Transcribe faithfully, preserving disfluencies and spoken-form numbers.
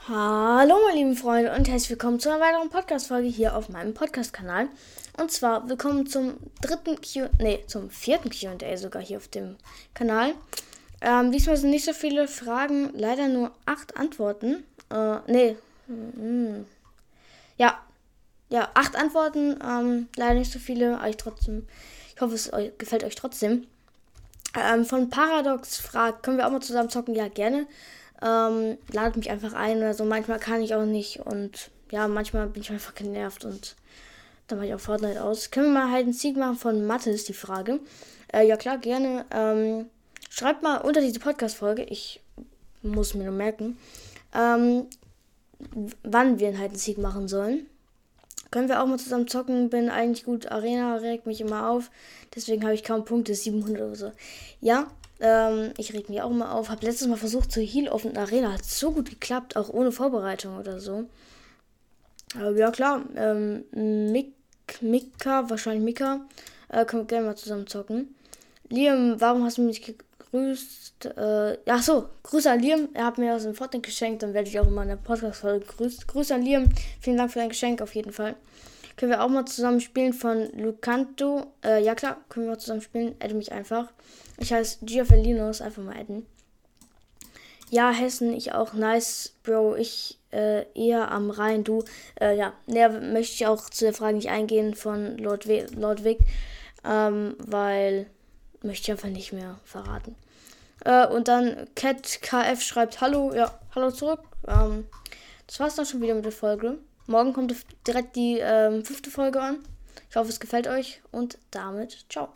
Hallo meine lieben Freunde und herzlich willkommen zu einer weiteren Podcast-Folge hier auf meinem Podcast-Kanal. Und zwar willkommen zum dritten Q, nee, zum vierten Q und A sogar hier auf dem Kanal. Ähm, diesmal sind nicht so viele Fragen, leider nur acht Antworten. Äh, nee, hm, ja, ja, acht Antworten, ähm, leider nicht so viele, aber ich trotzdem, ich hoffe es euch, gefällt euch trotzdem. Ähm, von Paradox fragt, können wir auch mal zusammen zocken? Ja, gerne. Ähm, ladet mich einfach ein oder so. Manchmal kann ich auch nicht und ja, manchmal bin ich einfach genervt und dann mache ich auch Fortnite aus. Können wir mal halt einen Sieg machen von Mathe, ist die Frage. Äh, ja klar, gerne. Ähm, schreibt mal unter diese Podcast-Folge, ich muss mir nur merken, ähm, wann wir halt einen Sieg machen sollen. Können wir auch mal zusammen zocken, bin eigentlich gut. Arena regt mich immer auf, deswegen habe ich kaum Punkte, siebenhundert oder so. Ja, ähm, ich reg mich auch immer auf. Habe letztes Mal versucht zu Heal auf der Arena, hat so gut geklappt, auch ohne Vorbereitung oder so. Aber ja klar, ähm, Mik Mika, wahrscheinlich Mika, äh, können wir gerne mal zusammen zocken. Liam, warum hast du mich gegrüßt? Äh, ach so, Grüße an Liam. Er hat mir aus dem Fortnite geschenkt. Dann werde ich auch immer in der Podcast-Folge grüßen. Grüße an Liam. Vielen Dank für dein Geschenk auf jeden Fall. Können wir auch mal zusammen spielen von Lucanto? Äh, ja klar, können wir mal zusammen spielen. Adde mich einfach. Ich heiße Giafelinos. Einfach mal adden. Ja, Hessen, ich auch. Nice, Bro. Ich äh, eher am Rhein, du. Äh, ja, näher möchte ich auch zu der Frage nicht eingehen von Lord, We- Lord Wick. Ähm, weil möchte ich einfach nicht mehr verraten. Äh, und dann Cat K F schreibt Hallo, ja, hallo zurück. Ähm, das war's dann schon wieder mit der Folge. Morgen kommt direkt die ähm, fünfte Folge an. Ich hoffe, es gefällt euch und damit ciao.